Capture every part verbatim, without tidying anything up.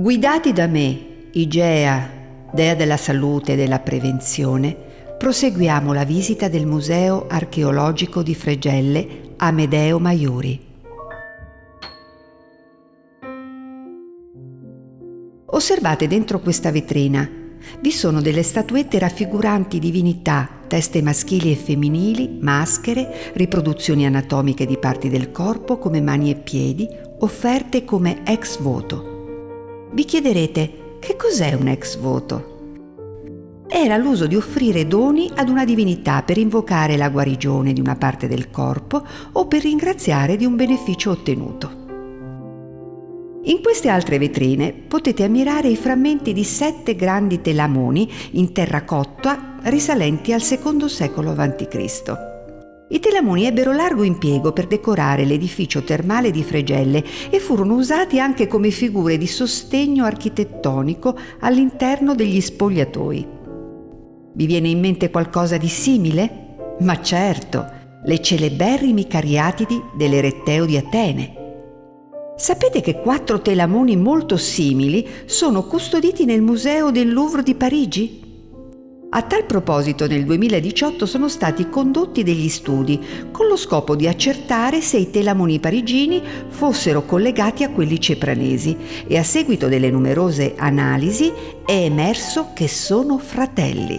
Guidati da me, Igea, dea della salute e della prevenzione, proseguiamo la visita del Museo Archeologico di Fregelle Amedeo Maiuri. Osservate dentro questa vetrina. Vi sono delle statuette raffiguranti divinità, teste maschili e femminili, maschere, riproduzioni anatomiche di parti del corpo come mani e piedi, offerte come ex voto. Vi chiederete, che cos'è un ex voto? Era l'uso di offrire doni ad una divinità per invocare la guarigione di una parte del corpo o per ringraziare di un beneficio ottenuto. In queste altre vetrine potete ammirare i frammenti di sette grandi telamoni in terracotta risalenti al secondo secolo avanti Cristo I telamoni ebbero largo impiego per decorare l'edificio termale di Fregelle e furono usati anche come figure di sostegno architettonico all'interno degli spogliatoi. Vi viene in mente qualcosa di simile? Ma certo, le celeberrimi cariatidi dell'Eretteo di Atene. Sapete che quattro telamoni molto simili sono custoditi nel Museo del Louvre di Parigi? A tal proposito, nel duemiladiciotto sono stati condotti degli studi con lo scopo di accertare se i telamoni parigini fossero collegati a quelli cepranesi e a seguito delle numerose analisi è emerso che sono fratelli.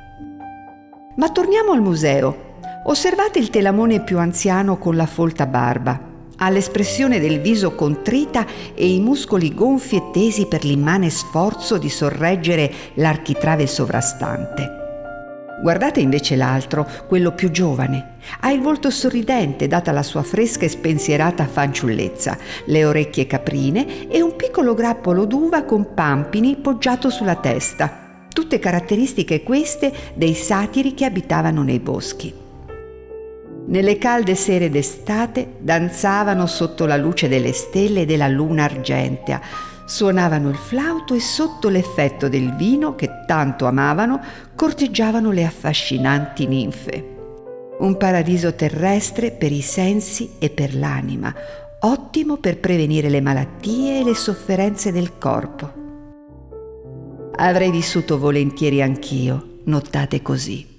Ma torniamo al museo. Osservate il telamone più anziano con la folta barba. Ha l'espressione del viso contrita e i muscoli gonfi e tesi per l'immane sforzo di sorreggere l'architrave sovrastante. Guardate invece l'altro, quello più giovane. Ha il volto sorridente, data la sua fresca e spensierata fanciullezza, le orecchie caprine e un piccolo grappolo d'uva con pampini poggiato sulla testa. Tutte caratteristiche queste dei satiri che abitavano nei boschi. Nelle calde sere d'estate danzavano sotto la luce delle stelle e della luna argentea, suonavano il flauto e sotto l'effetto del vino che tanto amavano corteggiavano le affascinanti ninfe. Un paradiso terrestre per i sensi e per l'anima, ottimo per prevenire le malattie e le sofferenze del corpo. Avrei vissuto volentieri anch'io, nottate così.